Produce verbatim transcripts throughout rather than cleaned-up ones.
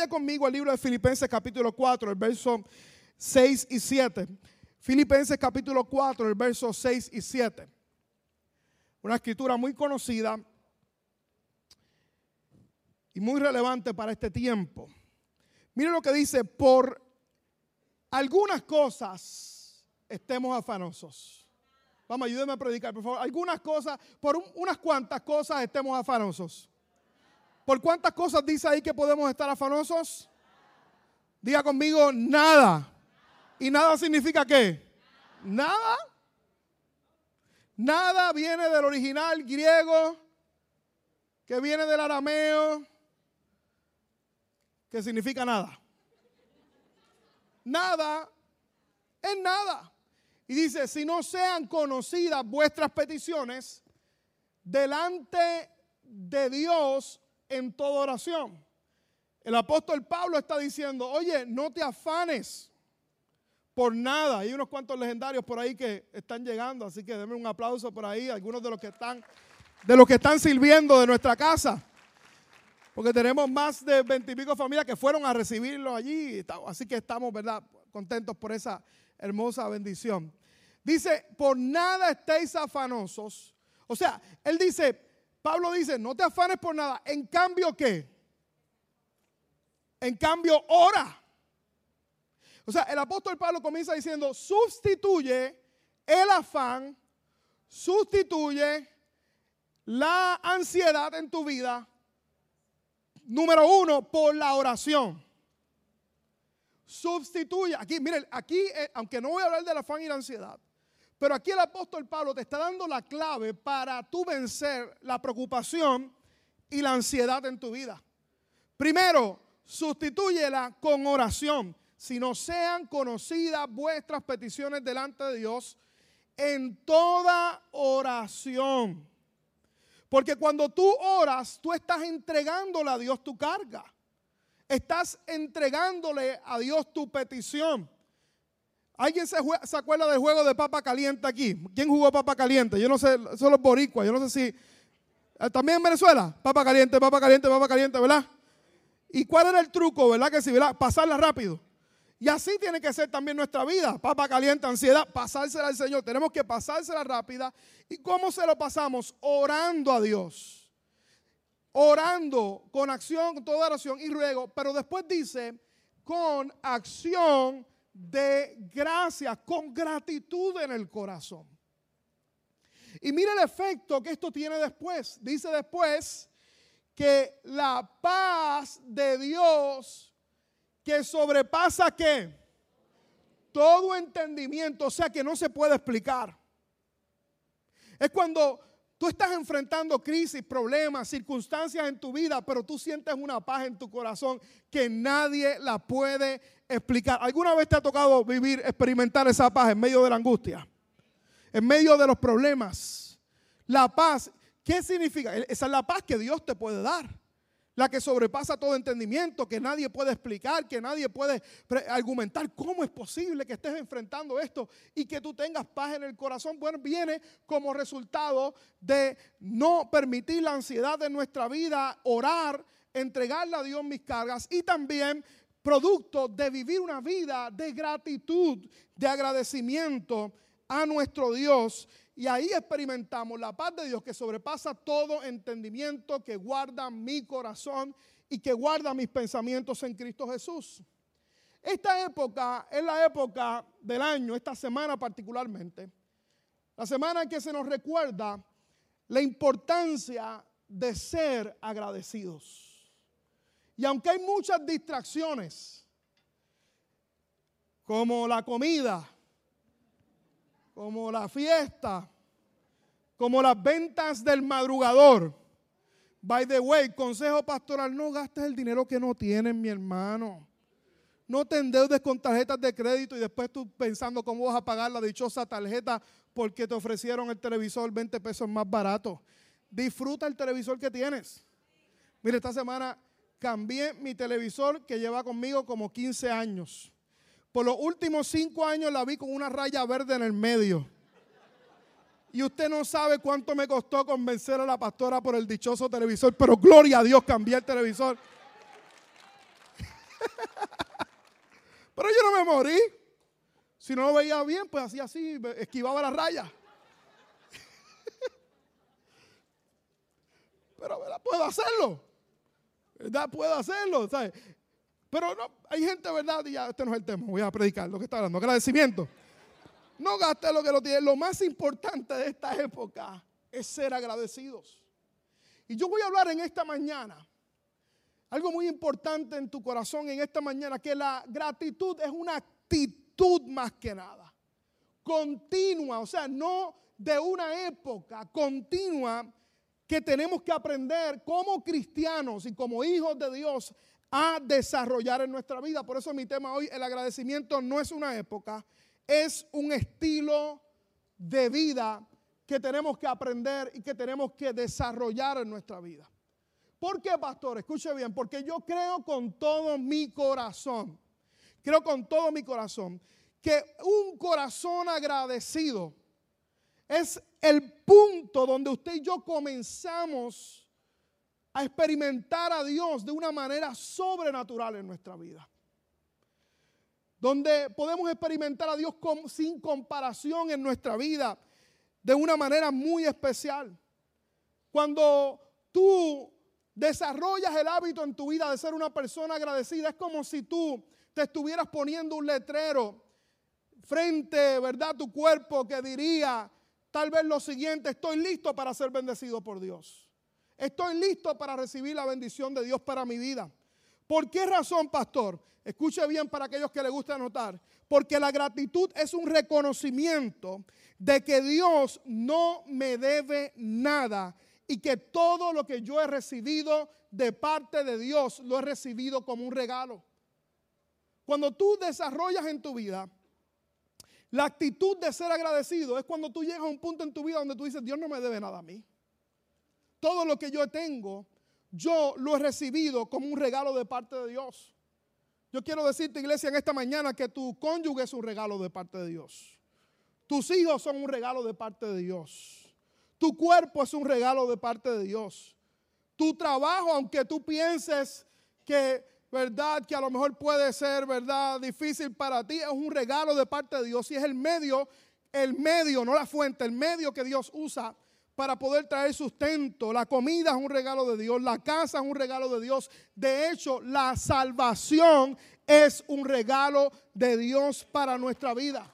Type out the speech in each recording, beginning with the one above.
Vaya conmigo al libro de Filipenses capítulo cuatro, el verso seis y siete. Filipenses capítulo cuatro, el verso seis y siete. Una escritura muy conocida y muy relevante para este tiempo. Miren lo que dice: por algunas cosas estemos afanosos. Vamos, ayúdenme a predicar, por favor. Algunas cosas, por un, unas cuantas cosas estemos afanosos. ¿Por cuántas cosas dice ahí que podemos estar afanosos? Diga conmigo, nada. ¿Y nada significa qué? Nada. Nada viene del original griego, que viene del arameo, que significa nada. Nada es nada. Y dice, si no sean conocidas vuestras peticiones delante de Dios en toda oración. El apóstol Pablo está diciendo, oye, no te afanes por nada. Hay unos cuantos legendarios por ahí que están llegando, así que denme un aplauso por ahí, algunos de los que están, de los que están sirviendo de nuestra casa. Porque tenemos más de veintipico familias que fueron a recibirlo allí, así que estamos, ¿verdad?, contentos por esa hermosa bendición. Dice, por nada estéis afanosos. O sea, él dice, Pablo dice, no te afanes por nada. En cambio, ¿qué? En cambio, ora. O sea, el apóstol Pablo comienza diciendo, sustituye el afán, sustituye la ansiedad en tu vida, número uno, por la oración. Sustituye, aquí, miren, aquí, eh, aunque no voy a hablar del afán y la ansiedad, pero aquí el apóstol Pablo te está dando la clave para tú vencer la preocupación y la ansiedad en tu vida. Primero, sustitúyela con oración. Si no sean conocidas vuestras peticiones delante de Dios en toda oración. Porque cuando tú oras, tú estás entregándole a Dios tu carga. Estás entregándole a Dios tu petición. ¿Alguien se, se acuerda del juego de papa caliente aquí? ¿Quién jugó papa caliente? Yo no sé, son los boricuas, yo no sé si... ¿También en Venezuela? Papa caliente, papa caliente, papa caliente, ¿verdad? ¿Y cuál era el truco, verdad que sí, verdad? Pasarla rápido. Y así tiene que ser también nuestra vida. Papa caliente, ansiedad, pasársela al Señor. Tenemos que pasársela rápida. ¿Y cómo se lo pasamos? Orando a Dios. Orando con acción, con toda oración y ruego. Pero después dice, con acción de gracia, con gratitud en el corazón. Y mire el efecto que esto tiene después. Dice después que la paz de Dios que sobrepasa ¿qué? Todo entendimiento, o sea que no se puede explicar. Es cuando tú estás enfrentando crisis, problemas, circunstancias en tu vida, pero tú sientes una paz en tu corazón que nadie la puede explicar. ¿Alguna vez te ha tocado vivir, experimentar esa paz en medio de la angustia? En medio de los problemas. La paz, ¿qué significa? Esa es la paz que Dios te puede dar. La que sobrepasa todo entendimiento, que nadie puede explicar, que nadie puede argumentar. ¿Cómo es posible que estés enfrentando esto y que tú tengas paz en el corazón? Bueno, viene como resultado de no permitir la ansiedad de nuestra vida, orar, entregarle a Dios mis cargas y también producto de vivir una vida de gratitud, de agradecimiento a nuestro Dios. Y ahí experimentamos la paz de Dios que sobrepasa todo entendimiento, que guarda mi corazón y que guarda mis pensamientos en Cristo Jesús. Esta época es la época del año, esta semana particularmente, la semana en que se nos recuerda la importancia de ser agradecidos. Y aunque hay muchas distracciones, como la comida, como la fiesta, como las ventas del madrugador. By the way, consejo pastoral, no gastes el dinero que no tienes, mi hermano. No te endeudes con tarjetas de crédito y después tú pensando cómo vas a pagar la dichosa tarjeta porque te ofrecieron el televisor veinte pesos más barato. Disfruta el televisor que tienes. Mire, esta semana cambié mi televisor que lleva conmigo como quince años. Por los últimos cinco años la vi con una raya verde en el medio. Y usted no sabe cuánto me costó convencer a la pastora por el dichoso televisor, pero gloria a Dios, cambié el televisor. Pero yo no me morí. Si no lo veía bien, pues hacía así, esquivaba la raya. Pero ¿verdad? Puedo hacerlo. ¿Verdad? Puedo hacerlo. ¿Sabes? Pero no, hay gente, ¿verdad? Y ya, este no es el tema. Voy a predicar lo que está hablando. Agradecimiento. No gaste lo que lo tiene. Lo más importante de esta época es ser agradecidos. Y yo voy a hablar en esta mañana algo muy importante en tu corazón en esta mañana, que la gratitud es una actitud más que nada. Continua, o sea, no de una época, continua, que tenemos que aprender como cristianos y como hijos de Dios a desarrollar en nuestra vida. Por eso mi tema hoy, el agradecimiento no es una época, es un estilo de vida que tenemos que aprender y que tenemos que desarrollar en nuestra vida. ¿Por qué, pastor? Escuche bien, porque yo creo con todo mi corazón, creo con todo mi corazón, que un corazón agradecido es el punto donde usted y yo comenzamos a experimentar a Dios de una manera sobrenatural en nuestra vida. Donde podemos experimentar a Dios con, sin comparación en nuestra vida de una manera muy especial. Cuando tú desarrollas el hábito en tu vida de ser una persona agradecida, es como si tú te estuvieras poniendo un letrero frente, ¿verdad?, a tu cuerpo que diría tal vez lo siguiente: estoy listo para ser bendecido por Dios. Estoy listo para recibir la bendición de Dios para mi vida. ¿Por qué razón, pastor? Escuche bien para aquellos que les gusta anotar. Porque la gratitud es un reconocimiento de que Dios no me debe nada y que todo lo que yo he recibido de parte de Dios lo he recibido como un regalo. Cuando tú desarrollas en tu vida la actitud de ser agradecido, es cuando tú llegas a un punto en tu vida donde tú dices: Dios no me debe nada a mí. Todo lo que yo tengo, yo lo he recibido como un regalo de parte de Dios. Yo quiero decirte, iglesia, en esta mañana que tu cónyuge es un regalo de parte de Dios. Tus hijos son un regalo de parte de Dios. Tu cuerpo es un regalo de parte de Dios. Tu trabajo, aunque tú pienses que, verdad, que a lo mejor puede ser, verdad, difícil para ti, es un regalo de parte de Dios. Y es el medio, el medio, no la fuente, el medio que Dios usa para poder traer sustento. La comida es un regalo de Dios, la casa es un regalo de Dios. De hecho, la salvación es un regalo de Dios para nuestra vida.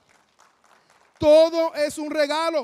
Todo es un regalo.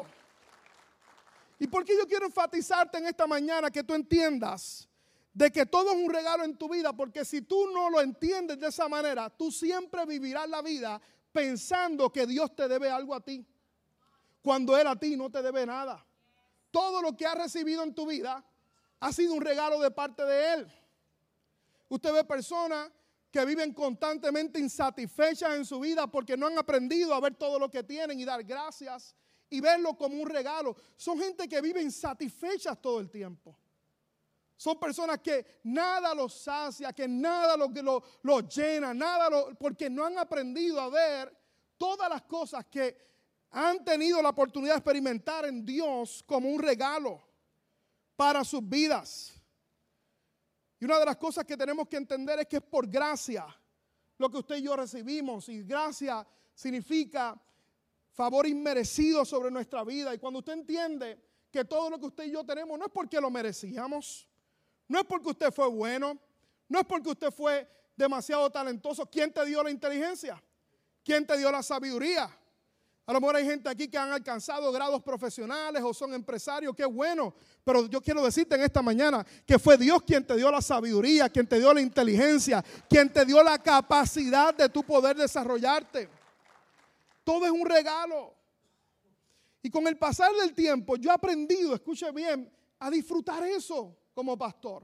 ¿Y por qué yo quiero enfatizarte en esta mañana que tú entiendas de que todo es un regalo en tu vida? Porque si tú no lo entiendes de esa manera, tú siempre vivirás la vida pensando que Dios te debe algo a ti, cuando Él a ti no te debe nada. Todo lo que has recibido en tu vida ha sido un regalo de parte de Él. Usted ve personas que viven constantemente insatisfechas en su vida porque no han aprendido a ver todo lo que tienen y dar gracias y verlo como un regalo. Son gente que vive insatisfechas todo el tiempo. Son personas que nada los sacia, que nada los lo, lo llena, nada lo, porque no han aprendido a ver todas las cosas que han tenido la oportunidad de experimentar en Dios como un regalo para sus vidas. Y una de las cosas que tenemos que entender es que es por gracia lo que usted y yo recibimos. Y gracia significa favor inmerecido sobre nuestra vida. Y cuando usted entiende que todo lo que usted y yo tenemos no es porque lo merecíamos, no es porque usted fue bueno, no es porque usted fue demasiado talentoso. ¿Quién te dio la inteligencia? ¿Quién te dio la sabiduría? A lo mejor hay gente aquí que han alcanzado grados profesionales o son empresarios, qué bueno. Pero yo quiero decirte en esta mañana que fue Dios quien te dio la sabiduría, quien te dio la inteligencia, quien te dio la capacidad de tu poder desarrollarte. Todo es un regalo. Y con el pasar del tiempo yo he aprendido, escuche bien, a disfrutar eso como pastor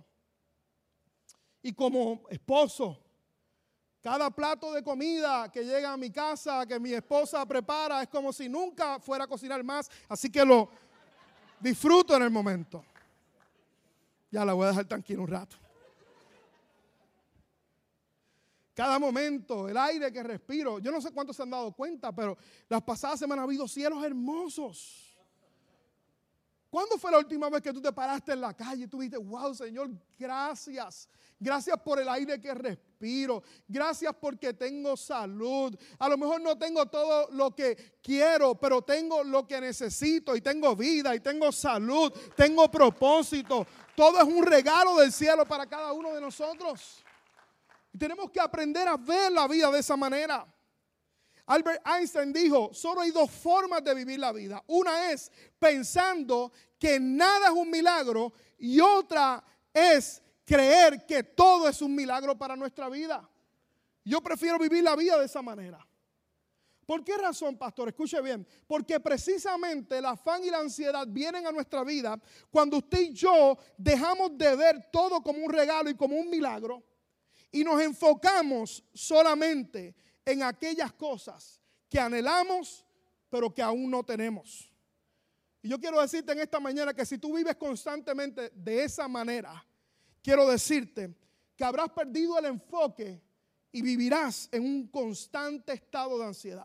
y como esposo. Cada plato de comida que llega a mi casa, que mi esposa prepara, es como si nunca fuera a cocinar más. Así que lo disfruto en el momento. Ya la voy a dejar tranquila un rato. Cada momento, el aire que respiro. Yo no sé cuántos se han dado cuenta, pero las pasadas semanas ha habido cielos hermosos. ¿Cuándo fue la última vez que tú te paraste en la calle y tú dijiste, wow, Señor, gracias? Gracias por el aire que respiro. Gracias porque tengo salud. A lo mejor no tengo todo lo que quiero, pero tengo lo que necesito. Y tengo vida, y tengo salud, tengo propósito. Todo es un regalo del cielo para cada uno de nosotros. Y tenemos que aprender a ver la vida de esa manera. Albert Einstein dijo, solo hay dos formas de vivir la vida. Una es pensando que nada es un milagro y otra es creer que todo es un milagro para nuestra vida. Yo prefiero vivir la vida de esa manera. ¿Por qué razón, pastor? Escuche bien. Porque precisamente el afán y la ansiedad vienen a nuestra vida cuando usted y yo dejamos de ver todo como un regalo y como un milagro y nos enfocamos solamente en aquellas cosas que anhelamos pero que aún no tenemos. Y yo quiero decirte en esta mañana que si tú vives constantemente de esa manera, quiero decirte que habrás perdido el enfoque y vivirás en un constante estado de ansiedad,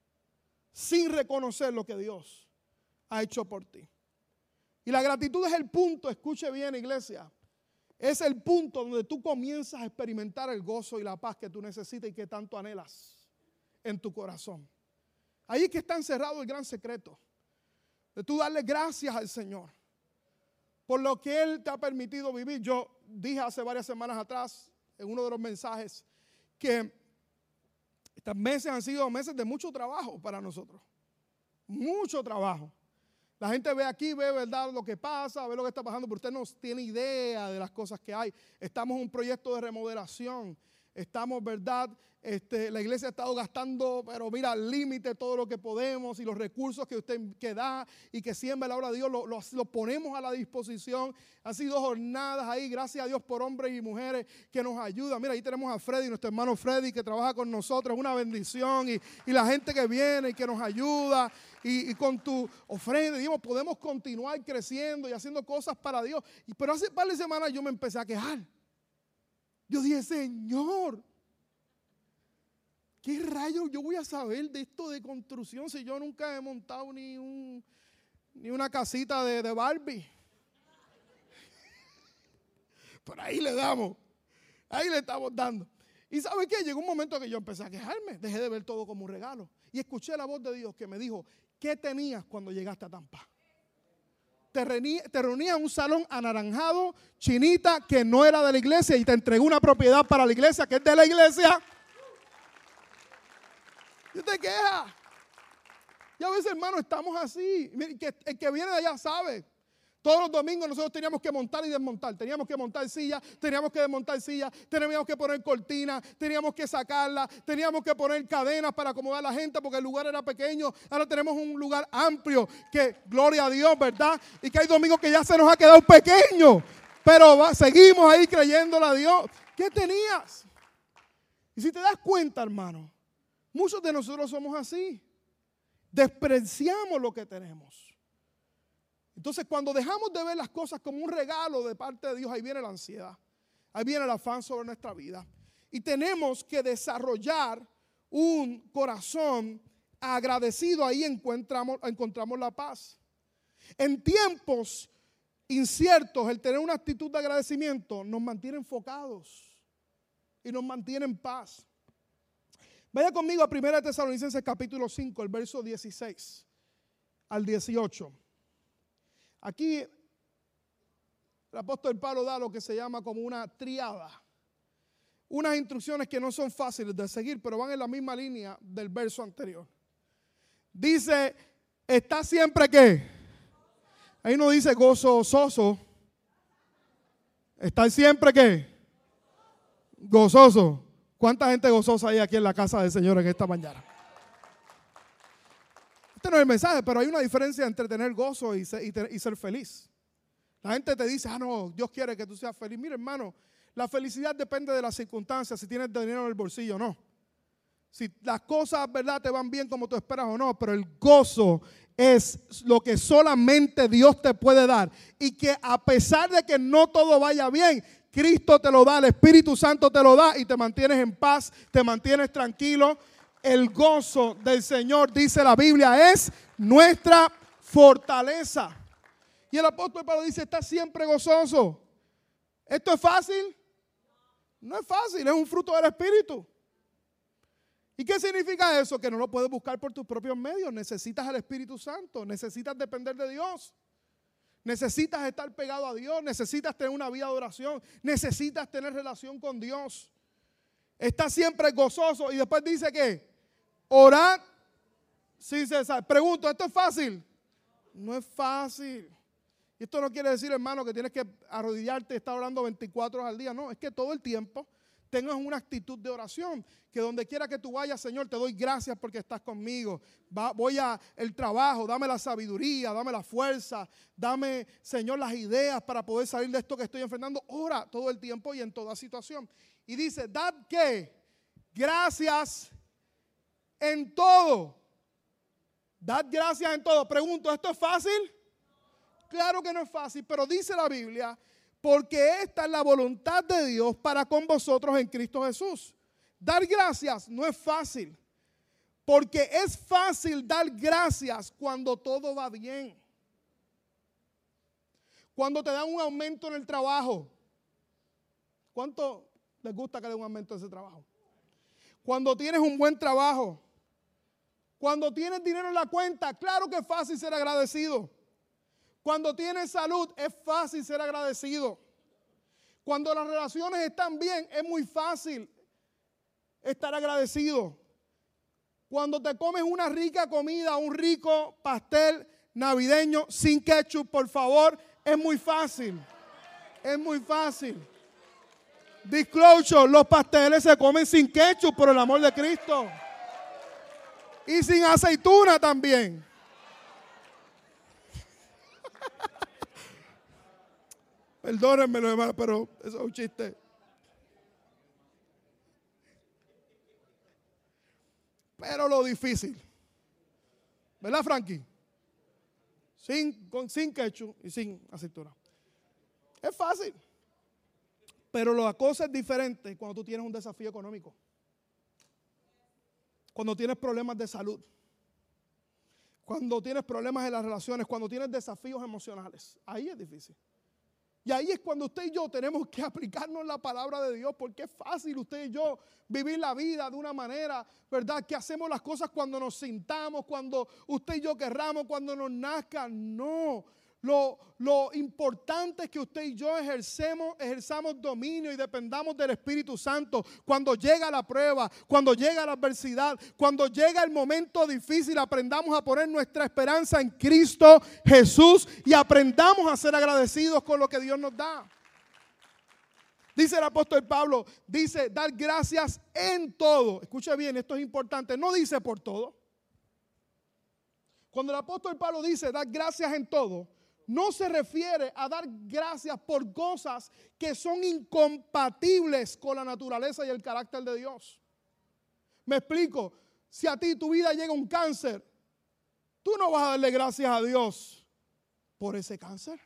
sin reconocer lo que Dios ha hecho por ti. Y la gratitud es el punto, escuche bien, iglesia, es el punto donde tú comienzas a experimentar el gozo y la paz que tú necesitas y que tanto anhelas en tu corazón. Ahí es que está encerrado el gran secreto, de tú darle gracias al Señor por lo que Él te ha permitido vivir. Yo dije hace varias semanas atrás en uno de los mensajes que estos meses han sido meses de mucho trabajo para nosotros. Mucho trabajo. La gente ve aquí, ve verdad lo que pasa, ve lo que está pasando, pero usted no tiene idea de las cosas que hay. Estamos en un proyecto de remodelación. Estamos, verdad, este, la iglesia ha estado gastando, pero mira, al límite todo lo que podemos y los recursos que usted que da y que siembra la obra de Dios, lo, lo, lo ponemos a la disposición. Han sido jornadas ahí, gracias a Dios por hombres y mujeres que nos ayudan. Mira, ahí tenemos a Freddy, nuestro hermano Freddy, que trabaja con nosotros, es una bendición. Y, y la gente que viene y que nos ayuda. Y, y con tu ofrenda, digamos, podemos continuar creciendo y haciendo cosas para Dios. Y, pero hace un par de semanas yo me empecé a quejar. Yo dije, Señor, ¿qué rayos yo voy a saber de esto de construcción si yo nunca he montado ni, un, ni una casita de, de Barbie? Por ahí le damos, ahí le estamos dando. Y ¿sabe qué? Llegó un momento que yo empecé a quejarme, dejé de ver todo como un regalo. Y escuché la voz de Dios que me dijo, ¿qué tenías cuando llegaste a Tampa? Te reunías reunía en un salón anaranjado, chinita, que no era de la iglesia y te entregó una propiedad para la iglesia que es de la iglesia. Y te quejas. Y a veces, hermano, estamos así. El que viene de allá sabe. Todos los domingos nosotros teníamos que montar y desmontar. Teníamos que montar sillas, teníamos que desmontar sillas, teníamos que poner cortinas, teníamos que sacarlas, teníamos que poner cadenas para acomodar a la gente porque el lugar era pequeño. Ahora tenemos un lugar amplio que, gloria a Dios, ¿verdad? Y que hay domingos que ya se nos ha quedado pequeño, pero va, seguimos ahí creyéndole a Dios. ¿Qué tenías? Y si te das cuenta, hermano, muchos de nosotros somos así. Despreciamos lo que tenemos. Entonces, cuando dejamos de ver las cosas como un regalo de parte de Dios, ahí viene la ansiedad, ahí viene el afán sobre nuestra vida. Y tenemos que desarrollar un corazón agradecido, ahí encontramos, encontramos la paz. En tiempos inciertos, el tener una actitud de agradecimiento nos mantiene enfocados y nos mantiene en paz. Vaya conmigo a primera de Tesalonicenses capítulo cinco, el verso dieciséis al dieciocho. Aquí el apóstol Pablo da lo que se llama como una triada. Unas instrucciones que no son fáciles de seguir, pero van en la misma línea del verso anterior. Dice, está siempre ¿qué? Ahí no dice gozoso. Está siempre ¿qué? Gozoso. ¿Cuánta gente gozosa hay aquí en la casa del Señor en esta mañana? Este no es el mensaje, pero hay una diferencia entre tener gozo y ser, y, te, y ser feliz. La gente te dice, ah, no, Dios quiere que tú seas feliz. Mira, hermano, la felicidad depende de las circunstancias, si tienes dinero en el bolsillo o no. Si las cosas, verdad, te van bien como tú esperas o no, pero el gozo es lo que solamente Dios te puede dar. Y que a pesar de que no todo vaya bien, Cristo te lo da, el Espíritu Santo te lo da y te mantienes en paz, te mantienes tranquilo. El gozo del Señor, dice la Biblia, es nuestra fortaleza. Y el apóstol Pablo dice, está siempre gozoso. ¿Esto es fácil? No es fácil, es un fruto del Espíritu. ¿Y qué significa eso? Que no lo puedes buscar por tus propios medios. Necesitas al Espíritu Santo, necesitas depender de Dios. Necesitas estar pegado a Dios, necesitas tener una vida de oración, necesitas tener relación con Dios. Está siempre gozoso y después dice que orad sin cesar. Pregunto, ¿esto es fácil? No es fácil. Y esto no quiere decir, hermano, que tienes que arrodillarte y estar orando veinticuatro horas al día. No, es que todo el tiempo tengas una actitud de oración. Que donde quiera que tú vayas, Señor, te doy gracias porque estás conmigo. Va, voy a el trabajo, dame la sabiduría, dame la fuerza, dame, Señor, las ideas para poder salir de esto que estoy enfrentando. Ora todo el tiempo y en toda situación. Y dice, dad ¿qué? Gracias en todo. Dad gracias en todo. Pregunto, ¿esto es fácil? Claro que no es fácil, pero dice la Biblia, porque esta es la voluntad de Dios para con vosotros en Cristo Jesús. Dar gracias no es fácil, porque es fácil dar gracias cuando todo va bien. Cuando te dan un aumento en el trabajo. ¿Cuánto les gusta que le den un aumento en ese trabajo? Cuando tienes un buen trabajo. Cuando tienes dinero en la cuenta, claro que es fácil ser agradecido. Cuando tienes salud, es fácil ser agradecido. Cuando las relaciones están bien, es muy fácil estar agradecido. Cuando te comes una rica comida, un rico pastel navideño sin ketchup, por favor, es muy fácil. Es muy fácil. Disclosure, los pasteles se comen sin ketchup, por el amor de Cristo. Y sin aceituna también. Perdónenme, hermano, pero eso es un chiste. Pero lo difícil, ¿verdad, Frankie? Sin, con, sin ketchup y sin aceituna. Es fácil. Pero la cosa es diferente cuando tú tienes un desafío económico. Cuando tienes problemas de salud. Cuando tienes problemas en las relaciones. Cuando tienes desafíos emocionales. Ahí es difícil. Y ahí es cuando usted y yo tenemos que aplicarnos la palabra de Dios, porque es fácil usted y yo vivir la vida de una manera, ¿verdad? Que hacemos las cosas cuando nos sintamos, cuando usted y yo querramos, cuando nos nazca. No, lo, lo importante es que usted y yo ejercemos, ejerzamos dominio y dependamos del Espíritu Santo. Cuando llega la prueba, cuando llega la adversidad, cuando llega el momento difícil, aprendamos a poner nuestra esperanza en Cristo Jesús y aprendamos a ser agradecidos con lo que Dios nos da. Dice el apóstol Pablo, dice dar gracias en todo. Escuche bien, esto es importante, no dice por todo. Cuando el apóstol Pablo dice dar gracias en todo, no se refiere a dar gracias por cosas que son incompatibles con la naturaleza y el carácter de Dios. Me explico, si a ti tu vida llega un cáncer, tú no vas a darle gracias a Dios por ese cáncer.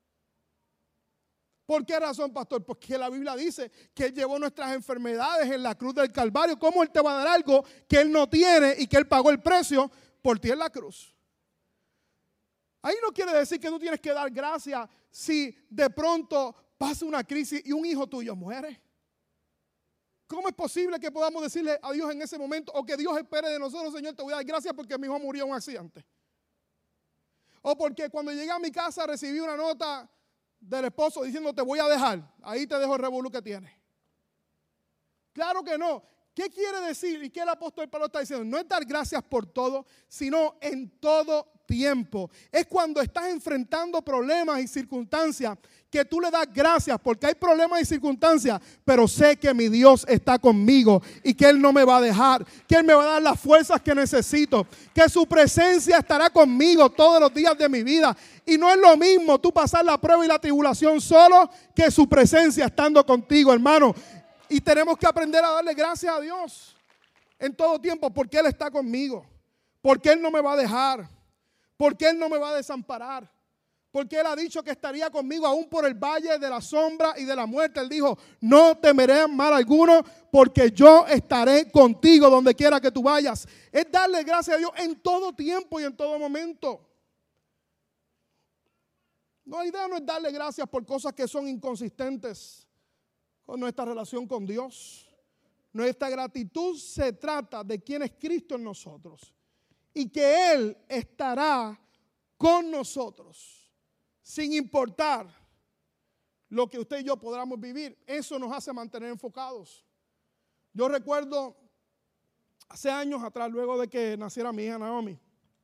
¿Por qué razón, pastor? Porque la Biblia dice que Él llevó nuestras enfermedades en la cruz del Calvario. ¿Cómo Él te va a dar algo que Él no tiene y que Él pagó el precio por ti en la cruz? Ahí no quiere decir que tú tienes que dar gracias si de pronto pasa una crisis y un hijo tuyo muere. ¿Cómo es posible que podamos decirle a Dios en ese momento o que Dios espere de nosotros, Señor, te voy a dar gracias porque mi hijo murió en un accidente? O porque cuando llegué a mi casa recibí una nota del esposo diciendo te voy a dejar, ahí te dejo el revolú que tienes. Claro que no. ¿Qué quiere decir y qué el apóstol Pablo está diciendo? No es dar gracias por todo, sino en todo tiempo. Es cuando estás enfrentando problemas y circunstancias que tú le das gracias porque hay problemas y circunstancias, pero sé que mi Dios está conmigo y que Él no me va a dejar, que Él me va a dar las fuerzas que necesito, que su presencia estará conmigo todos los días de mi vida. Y no es lo mismo tú pasar la prueba y la tribulación solo que su presencia estando contigo, hermano. Y tenemos que aprender a darle gracias a Dios en todo tiempo porque Él está conmigo, porque Él no me va a dejar, porque Él no me va a desamparar, porque Él ha dicho que estaría conmigo aún por el valle de la sombra y de la muerte. Él dijo, no temeré mal alguno porque yo estaré contigo donde quiera que tú vayas. Es darle gracias a Dios en todo tiempo y en todo momento. No, la idea no es darle gracias por cosas que son inconsistentes con nuestra relación con Dios. Nuestra gratitud se trata de quién es Cristo en nosotros y que Él estará con nosotros sin importar lo que usted y yo podamos vivir. Eso nos hace mantener enfocados. Yo recuerdo hace años atrás, luego de que naciera mi hija Naomi,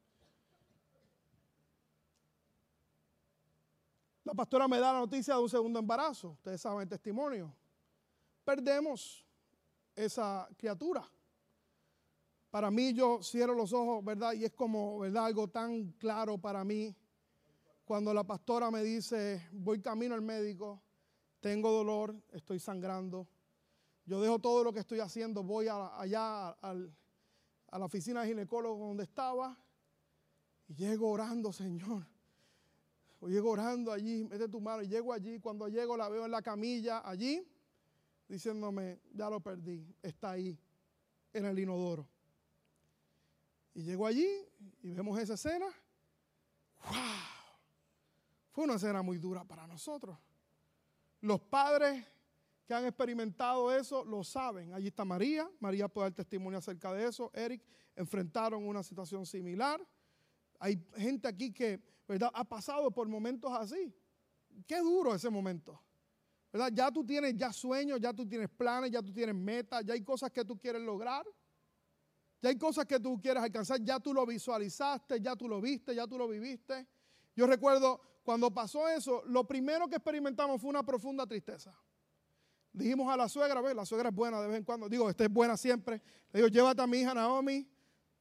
la pastora me da la noticia de un segundo embarazo. Ustedes saben el testimonio. Perdemos esa criatura. Para mí, yo cierro los ojos, ¿verdad? Y es como, ¿verdad? Algo tan claro para mí. Cuando la pastora me dice, voy camino al médico, tengo dolor, estoy sangrando. Yo dejo todo lo que estoy haciendo, voy a, allá al, a la oficina de ginecólogo donde estaba y llego orando, Señor. O llego orando allí, mete tu mano y llego allí. Cuando llego la veo en la camilla allí, diciéndome, ya lo perdí, está ahí, en el inodoro. Y llego allí y vemos esa escena. ¡Wow! Fue una escena muy dura para nosotros. Los padres que han experimentado eso lo saben. Allí está María. María puede dar testimonio acerca de eso. Eric enfrentaron una situación similar. Hay gente aquí que, ¿verdad?, ha pasado por momentos así. Qué duro ese momento, ¿verdad? Ya tú tienes ya sueños, ya tú tienes planes, ya tú tienes metas, ya hay cosas que tú quieres lograr. Ya hay cosas que tú quieres alcanzar, ya tú lo visualizaste, ya tú lo viste, ya tú lo viviste. Yo recuerdo cuando pasó eso, lo primero que experimentamos fue una profunda tristeza. Dijimos a la suegra, ve, la suegra es buena de vez en cuando, digo, esta es buena siempre. Le digo, llévate a mi hija Naomi.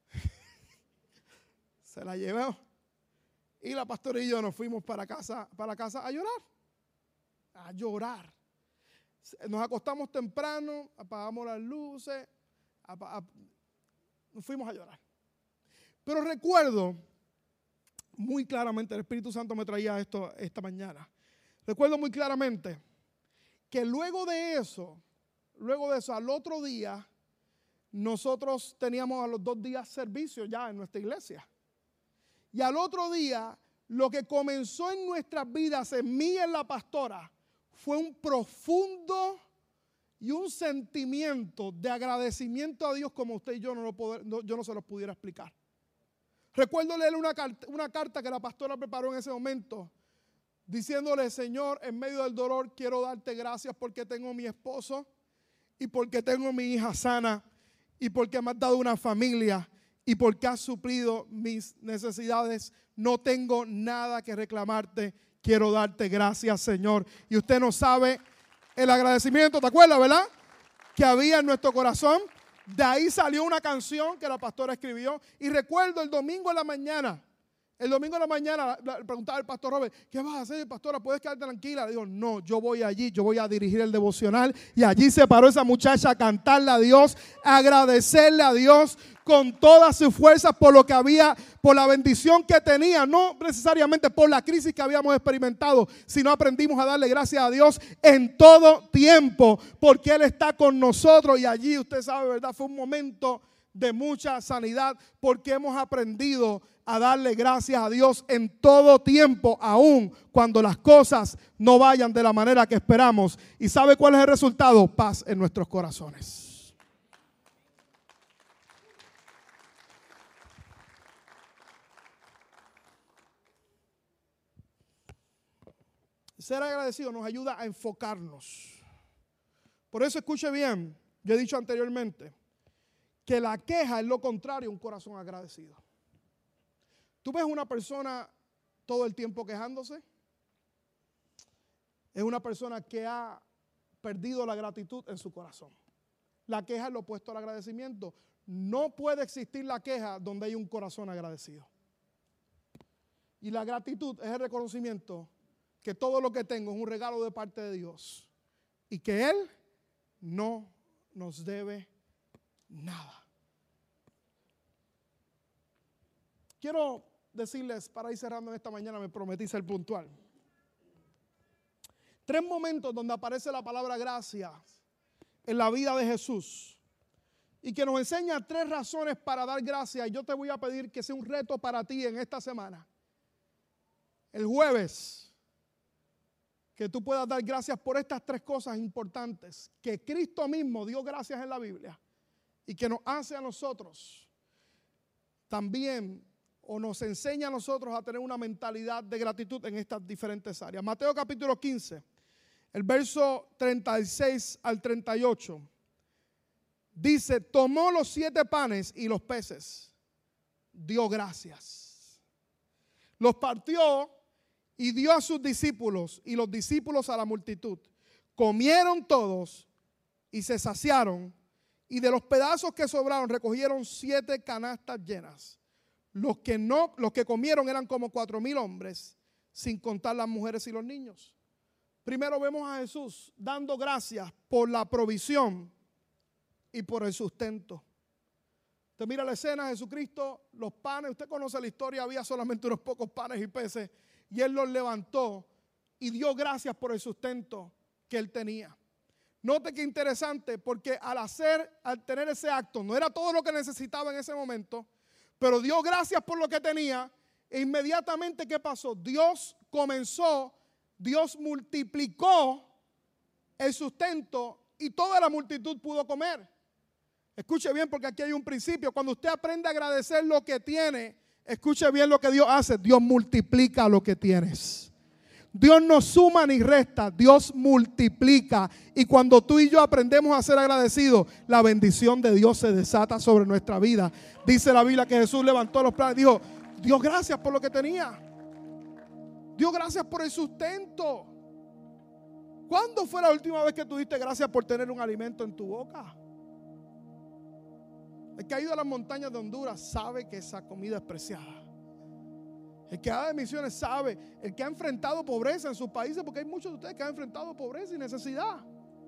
Se la llevó. Y la pastora y yo nos fuimos para casa, para casa a llorar. A llorar. Nos acostamos temprano, apagamos las luces, a, a, nos fuimos a llorar. Pero recuerdo muy claramente, el Espíritu Santo me traía esto esta mañana. Recuerdo muy claramente que luego de eso, luego de eso, al otro día, nosotros teníamos a los dos días servicio ya en nuestra iglesia. Y al otro día, lo que comenzó en nuestras vidas, en mí y en la pastora, fue un profundo y un sentimiento de agradecimiento a Dios como usted y yo no, lo poder, no, yo no se los pudiera explicar. Recuerdo leer una carta, una carta que la pastora preparó en ese momento, diciéndole, Señor, en medio del dolor quiero darte gracias porque tengo mi esposo y porque tengo mi hija sana y porque me has dado una familia y porque has suplido mis necesidades. No tengo nada que reclamarte, quiero darte gracias, Señor. Y usted no sabe el agradecimiento, ¿te acuerdas, verdad? Que había en nuestro corazón. De ahí salió una canción que la pastora escribió. Y recuerdo el domingo en la mañana, el domingo en la mañana le preguntaba al pastor Robert, ¿qué vas a hacer, pastora? ¿Puedes quedarte tranquila? Le digo, no, yo voy allí, yo voy a dirigir el devocional. Y allí se paró esa muchacha a cantarle a Dios, a agradecerle a Dios con todas sus fuerzas por lo que había, por la bendición que tenía, no necesariamente por la crisis que habíamos experimentado, sino aprendimos a darle gracias a Dios en todo tiempo, porque Él está con nosotros. Y allí, usted sabe, ¿verdad? Fue un momento de mucha sanidad, porque hemos aprendido a darle gracias a Dios en todo tiempo, aun cuando las cosas no vayan de la manera que esperamos. ¿Y sabe cuál es el resultado? Paz en nuestros corazones. Ser agradecido nos ayuda a enfocarnos. Por eso escuche bien, yo he dicho anteriormente, que la queja es lo contrario a un corazón agradecido. ¿Tú ves una persona todo el tiempo quejándose? Es una persona que ha perdido la gratitud en su corazón. La queja es lo opuesto al agradecimiento. No puede existir la queja donde hay un corazón agradecido. Y la gratitud es el reconocimiento que todo lo que tengo es un regalo de parte de Dios y que Él no nos debe nada. Quiero decirles, para ir cerrando en esta mañana, me prometí ser puntual. Tres momentos donde aparece la palabra gracias en la vida de Jesús y que nos enseña tres razones para dar gracias. Y yo te voy a pedir que sea un reto para ti en esta semana. El jueves, que tú puedas dar gracias por estas tres cosas importantes que Cristo mismo dio gracias en la Biblia y que nos hace a nosotros también, o nos enseña a nosotros a tener una mentalidad de gratitud en estas diferentes áreas. Mateo capítulo quince, el verso treinta y seis al treinta y ocho, dice: tomó los siete panes y los peces, dio gracias, los partió y dio a sus discípulos, y los discípulos a la multitud. Comieron todos y se saciaron, y de los pedazos que sobraron recogieron siete canastas llenas. Los que no, los que comieron eran como cuatro mil hombres, sin contar las mujeres y los niños. Primero vemos a Jesús dando gracias por la provisión y por el sustento. Usted mira la escena, Jesucristo, los panes, usted conoce la historia, había solamente unos pocos panes y peces, y Él los levantó y dio gracias por el sustento que Él tenía. Note que interesante, porque al hacer, al tener ese acto, no era todo lo que necesitaba en ese momento, pero dio gracias por lo que tenía, e inmediatamente, ¿qué pasó? Dios comenzó, Dios multiplicó el sustento y toda la multitud pudo comer. Escuche bien, porque aquí hay un principio. Cuando usted aprende a agradecer lo que tiene, escuche bien lo que Dios hace. Dios multiplica lo que tienes. Dios no suma ni resta, Dios multiplica. Y cuando tú y yo aprendemos a ser agradecidos, la bendición de Dios se desata sobre nuestra vida. Dice la Biblia que Jesús levantó los planes, dijo: Dios, gracias por lo que tenía. Dios, gracias por el sustento. ¿Cuándo fue la última vez que tú diste gracias por tener un alimento en tu boca? El que ha ido a las montañas de Honduras sabe que esa comida es preciada. El que ha de misiones sabe, el que ha enfrentado pobreza en sus países, porque hay muchos de ustedes que han enfrentado pobreza y necesidad.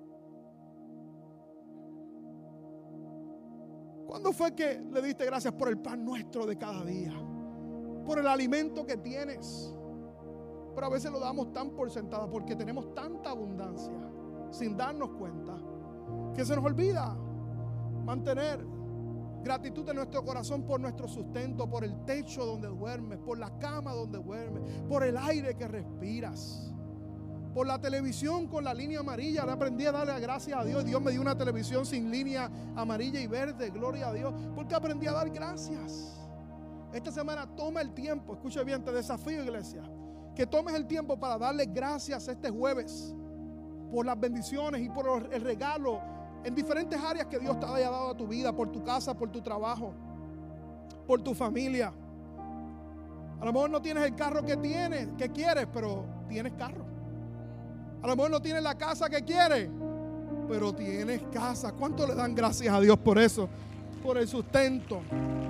¿Cuándo fue que le diste gracias por el pan nuestro de cada día? Por el alimento que tienes. Pero a veces lo damos tan por sentado porque tenemos tanta abundancia sin darnos cuenta que se nos olvida mantener gratitud en nuestro corazón por nuestro sustento, por el techo donde duermes, por la cama donde duermes, por el aire que respiras, por la televisión con la línea amarilla. Ahora aprendí a darle gracias a Dios. Dios me dio una televisión sin línea amarilla y verde, gloria a Dios, porque aprendí a dar gracias. Esta semana toma el tiempo, escuche bien, te desafío, iglesia, que tomes el tiempo para darle gracias este jueves por las bendiciones y por el regalo en diferentes áreas que Dios te haya dado a tu vida, por tu casa, por tu trabajo, por tu familia. A lo mejor no tienes el carro que tienes, que quieres, pero tienes carro. A lo mejor no tienes la casa que quieres, pero tienes casa. ¿Cuánto le dan gracias a Dios por eso? Por el sustento.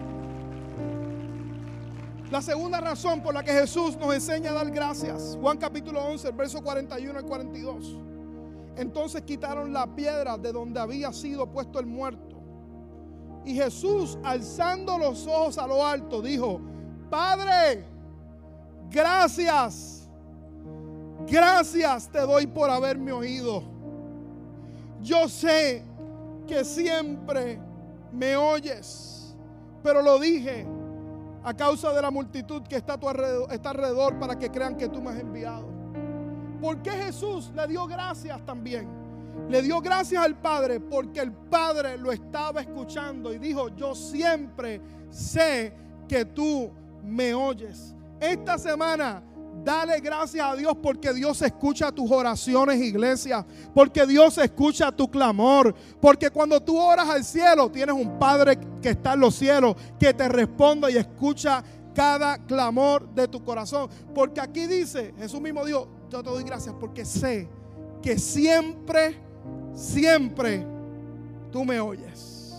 La segunda razón por la que Jesús nos enseña a dar gracias, Juan capítulo once, el verso cuarenta y uno al cuarenta y dos. Entonces quitaron la piedra de donde había sido puesto el muerto. Y Jesús, alzando los ojos a lo alto, dijo: Padre, gracias, gracias te doy por haberme oído. Yo sé que siempre me oyes, pero lo dije a causa de la multitud que está a tu alrededor, está alrededor, para que crean que tú me has enviado. ¿Por qué Jesús le dio gracias también? Le dio gracias al Padre porque el Padre lo estaba escuchando y dijo: yo siempre sé que tú me oyes. Esta semana dale gracias a Dios porque Dios escucha tus oraciones, iglesia, porque Dios escucha tu clamor, porque cuando tú oras al cielo tienes un Padre que está en los cielos que te responde y escucha cada clamor de tu corazón. Porque aquí dice, Jesús mismo dijo: yo te doy gracias porque sé que siempre, siempre tú me oyes.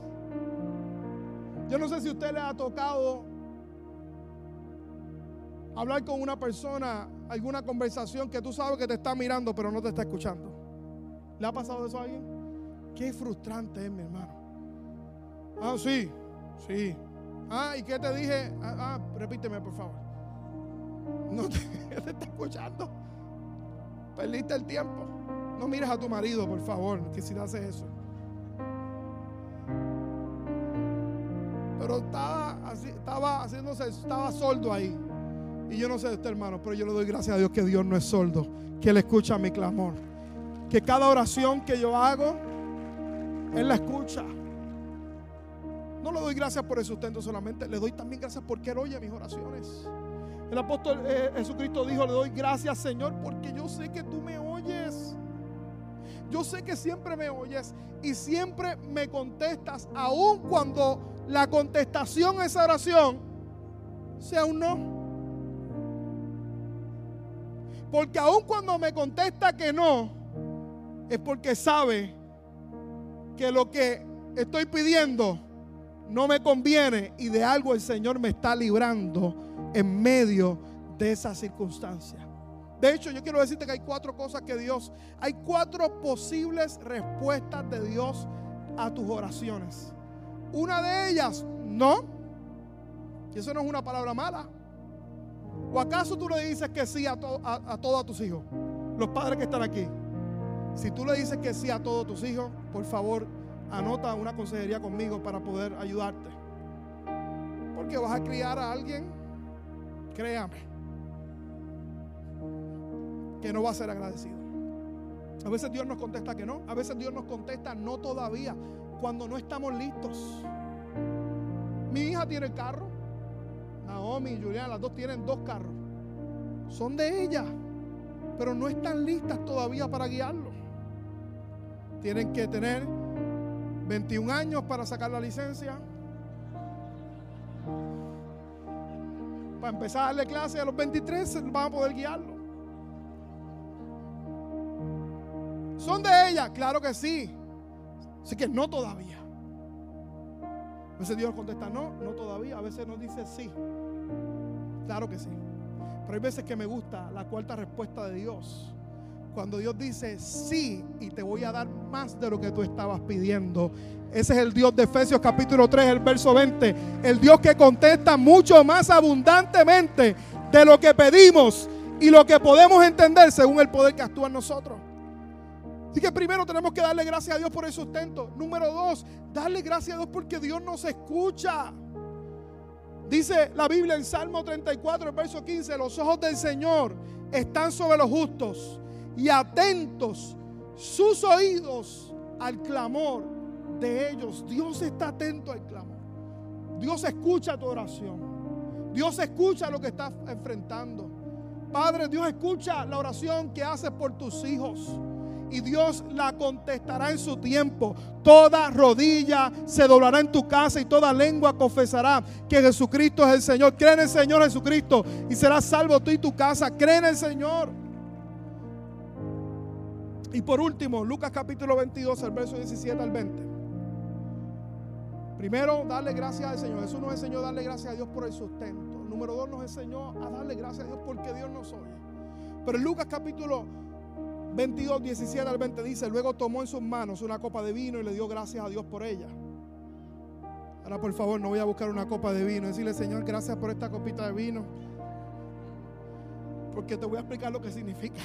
Yo no sé si a usted le ha tocado hablar con una persona, alguna conversación que tú sabes que te está mirando pero no te está escuchando. ¿Le ha pasado eso a alguien? Qué frustrante es, mi hermano. Ah, sí, sí. Ah, ¿y qué te dije? Ah, ah repíteme, por favor. No te, te está escuchando. Perdiste el tiempo. No mires a tu marido, por favor, que si le haces eso. Pero estaba, así, estaba haciéndose, estaba sordo ahí. Y yo no sé de usted, hermano, pero yo le doy gracias a Dios que Dios no es sordo, que Él escucha mi clamor, que cada oración que yo hago, Él la escucha. No le doy gracias por el sustento solamente, le doy también gracias porque Él oye mis oraciones. El apóstol eh, Jesucristo dijo: le doy gracias, Señor, porque yo sé que tú me oyes. Yo sé que siempre me oyes y siempre me contestas, aun cuando la contestación a esa oración sea un no. Porque aun cuando me contesta que no, es porque sabe que lo que estoy pidiendo no me conviene y de algo el Señor me está librando en medio de esa circunstancia. De hecho, yo quiero decirte que hay cuatro cosas que Dios, hay cuatro posibles respuestas de Dios a tus oraciones. Una de ellas, no. Y eso no es una palabra mala. ¿O acaso tú le dices que sí a, to, a, a todos tus hijos? Los padres que están aquí. Si tú le dices que sí a todos tus hijos, por favor, anota una consejería conmigo para poder ayudarte. Porque vas a criar a alguien, créame, que no va a ser agradecido. A veces Dios nos contesta que no. A veces Dios nos contesta no todavía, cuando no estamos listos. Mi hija tiene el carro. Naomi y Juliana, las dos tienen dos carros. Son de ella, pero no están listas todavía para guiarlo. Tienen que tener veintiún años para sacar la licencia, para empezar a darle clase. A los veintitrés van a poder guiarlo. ¿Son de ella? Claro que sí. Así que no todavía. A veces Dios contesta no, no todavía. A veces nos dice sí. Claro que sí. Pero hay veces que me gusta la cuarta respuesta de Dios. Cuando Dios dice sí y te voy a dar más de lo que tú estabas pidiendo. Ese es el Dios de Efesios capítulo tres, el verso veinte. El Dios que contesta mucho más abundantemente de lo que pedimos y lo que podemos entender según el poder que actúa en nosotros. Así que primero tenemos que darle gracias a Dios por el sustento. Número dos, darle gracias a Dios porque Dios nos escucha. Dice la Biblia en Salmo treinta y cuatro, el verso quince: los ojos del Señor están sobre los justos y atentos sus oídos al clamor de ellos. Dios está atento al clamor. Dios escucha tu oración. Dios escucha lo que estás enfrentando. Padre, Dios escucha la oración que haces por tus hijos. Y Dios la contestará en su tiempo. Toda rodilla se doblará en tu casa y toda lengua confesará que Jesucristo es el Señor. Cree en el Señor Jesucristo y serás salvo tú y tu casa. Cree en el Señor. Y por último, Lucas capítulo veintidós, el verso diecisiete al veinte. Primero, darle gracias al Señor. Jesús nos enseñó a darle gracias a Dios por el sustento. Número dos, nos enseñó a darle gracias a Dios porque Dios nos oye. Pero en Lucas capítulo veintidós, diecisiete al veinte dice: luego tomó en sus manos una copa de vino y le dio gracias a Dios por ella. Ahora por favor, no voy a buscar una copa de vino y decirle: Señor, gracias por esta copita de vino, porque te voy a explicar lo que significa.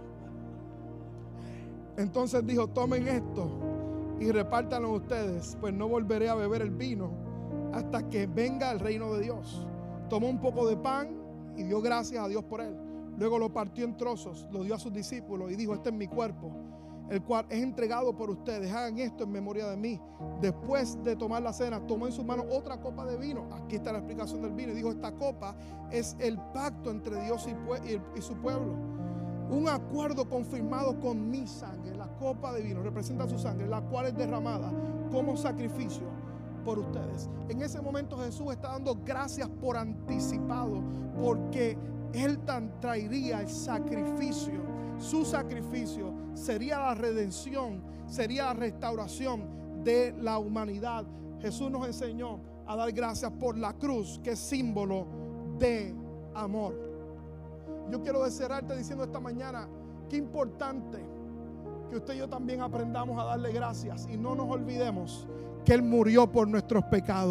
Entonces dijo: tomen esto y repártanlo ustedes, pues no volveré a beber el vino hasta que venga el reino de Dios. Tomó un poco de pan y dio gracias a Dios por él. Luego lo partió en trozos, lo dio a sus discípulos y dijo: este es mi cuerpo, el cual es entregado por ustedes. Hagan esto en memoria de mí. Después de tomar la cena, tomó en sus manos otra copa de vino. Aquí está la explicación del vino. Y dijo: esta copa es el pacto entre Dios y, y, y su pueblo. Un acuerdo confirmado con mi sangre. La copa de vino representa su sangre, la cual es derramada como sacrificio por ustedes. En ese momento Jesús está dando gracias por anticipado, porque Él traería el sacrificio. Su sacrificio sería la redención, sería la restauración de la humanidad. Jesús nos enseñó a dar gracias por la cruz, que es símbolo de amor. Yo quiero cerrarte diciendo esta mañana: qué importante que usted y yo también aprendamos a darle gracias y no nos olvidemos que Él murió por nuestros pecados.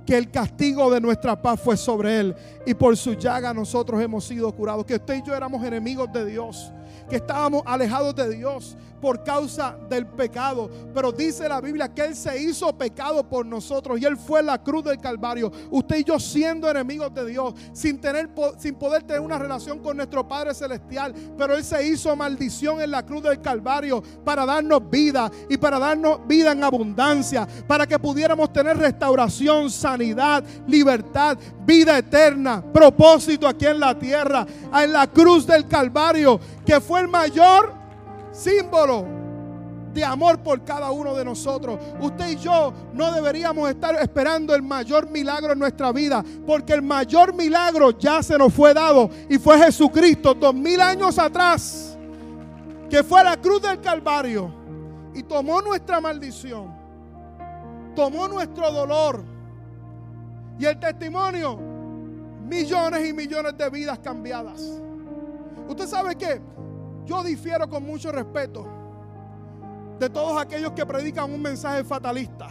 que el castigo de nuestra paz fue sobre Él y por su llaga nosotros hemos sido curados. Que usted y yo éramos enemigos de Dios, que estábamos alejados de Dios por causa del pecado, pero dice la Biblia que Él se hizo pecado por nosotros y Él fue en la cruz del Calvario. Usted y yo siendo enemigos de Dios, sin tener, sin poder tener una relación con nuestro Padre Celestial, pero Él se hizo maldición en la cruz del Calvario para darnos vida y para darnos vida en abundancia, para que pudiéramos tener restauración, sanidad, libertad, vida eterna, propósito aquí en la tierra, en la cruz del Calvario, que fue el mayor símbolo de amor por cada uno de nosotros. Usted y yo no deberíamos estar esperando el mayor milagro en nuestra vida, porque el mayor milagro ya se nos fue dado y fue Jesucristo dos mil años atrás, que fue a la cruz del Calvario y tomó nuestra maldición, tomó nuestro dolor, y el testimonio, millones y millones de vidas cambiadas. Usted sabe que yo difiero con mucho respeto de todos aquellos que predican un mensaje fatalista,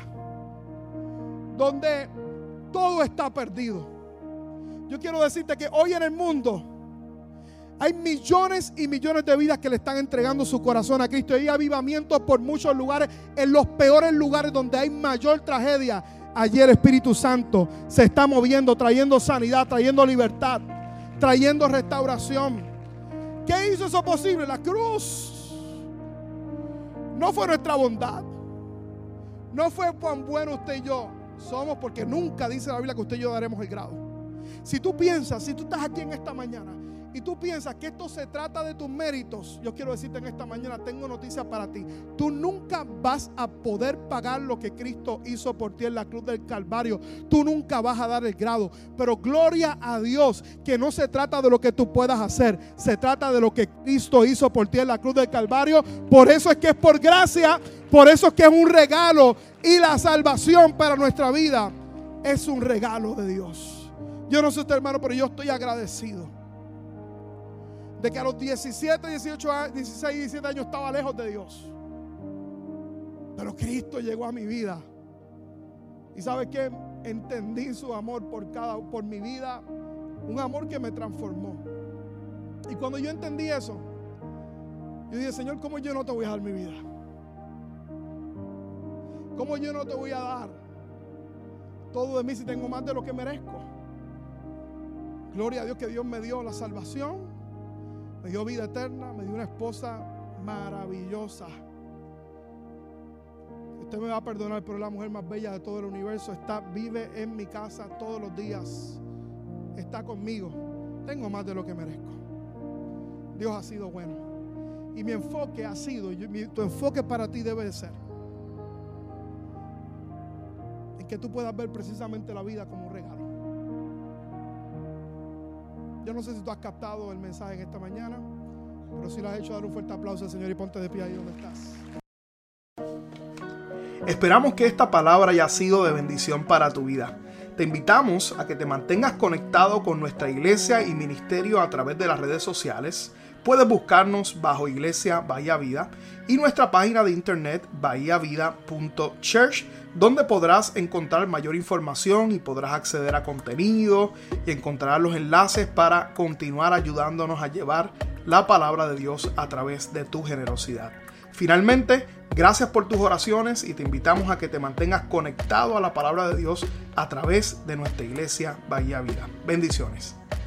donde todo está perdido. Yo quiero decirte que hoy en el mundo hay millones y millones de vidas que le están entregando su corazón a Cristo. Y hay avivamientos por muchos lugares, en los peores lugares donde hay mayor tragedia. Allí el Espíritu Santo se está moviendo, trayendo sanidad, trayendo libertad, trayendo restauración. ¿Qué hizo eso posible? La cruz. No fue nuestra bondad, no fue cuán bueno usted y yo somos, porque nunca dice la Biblia que usted y yo daremos el grado. Si tú piensas, si tú estás aquí en esta mañana y tú piensas que esto se trata de tus méritos, yo quiero decirte en esta mañana, tengo noticias para ti. Tú nunca vas a poder pagar lo que Cristo hizo por ti en la cruz del Calvario. Tú nunca vas a dar el grado. Pero gloria a Dios que no se trata de lo que tú puedas hacer, se trata de lo que Cristo hizo por ti en la cruz del Calvario. Por eso es que es por gracia, por eso es que es un regalo, y la salvación para nuestra vida es un regalo de Dios. Yo no sé usted, hermano, pero yo estoy agradecido de que a los diecisiete, dieciocho, dieciséis, diecisiete años estaba lejos de Dios, pero Cristo llegó a mi vida. Y ¿sabe qué? Entendí su amor por, cada, por mi vida, un amor que me transformó. Y cuando yo entendí eso, yo dije: Señor, ¿cómo yo no te voy a dar mi vida? ¿Cómo yo no te voy a dar todo de mí si tengo más de lo que merezco? Gloria a Dios que Dios me dio la salvación, me dio vida eterna, me dio una esposa maravillosa. Usted me va a perdonar, pero la mujer más bella de todo el universo está, vive en mi casa todos los días, está conmigo. Tengo más de lo que merezco. Dios ha sido bueno. Y mi enfoque ha sido, yo, mi, tu enfoque para ti debe de ser en que tú puedas ver precisamente la vida como un regalo. Yo no sé si tú has captado el mensaje en esta mañana, pero si lo has hecho, dar un fuerte aplauso al Señor y ponte de pie ahí donde estás. Esperamos que esta palabra haya sido de bendición para tu vida. Te invitamos a que te mantengas conectado con nuestra iglesia y ministerio a través de las redes sociales. Puedes buscarnos bajo Iglesia Bahía Vida y nuestra página de internet bahía vida punto church, donde podrás encontrar mayor información y podrás acceder a contenido y encontrar los enlaces para continuar ayudándonos a llevar la palabra de Dios a través de tu generosidad. Finalmente, gracias por tus oraciones y te invitamos a que te mantengas conectado a la palabra de Dios a través de nuestra iglesia Bahía Vida. Bendiciones.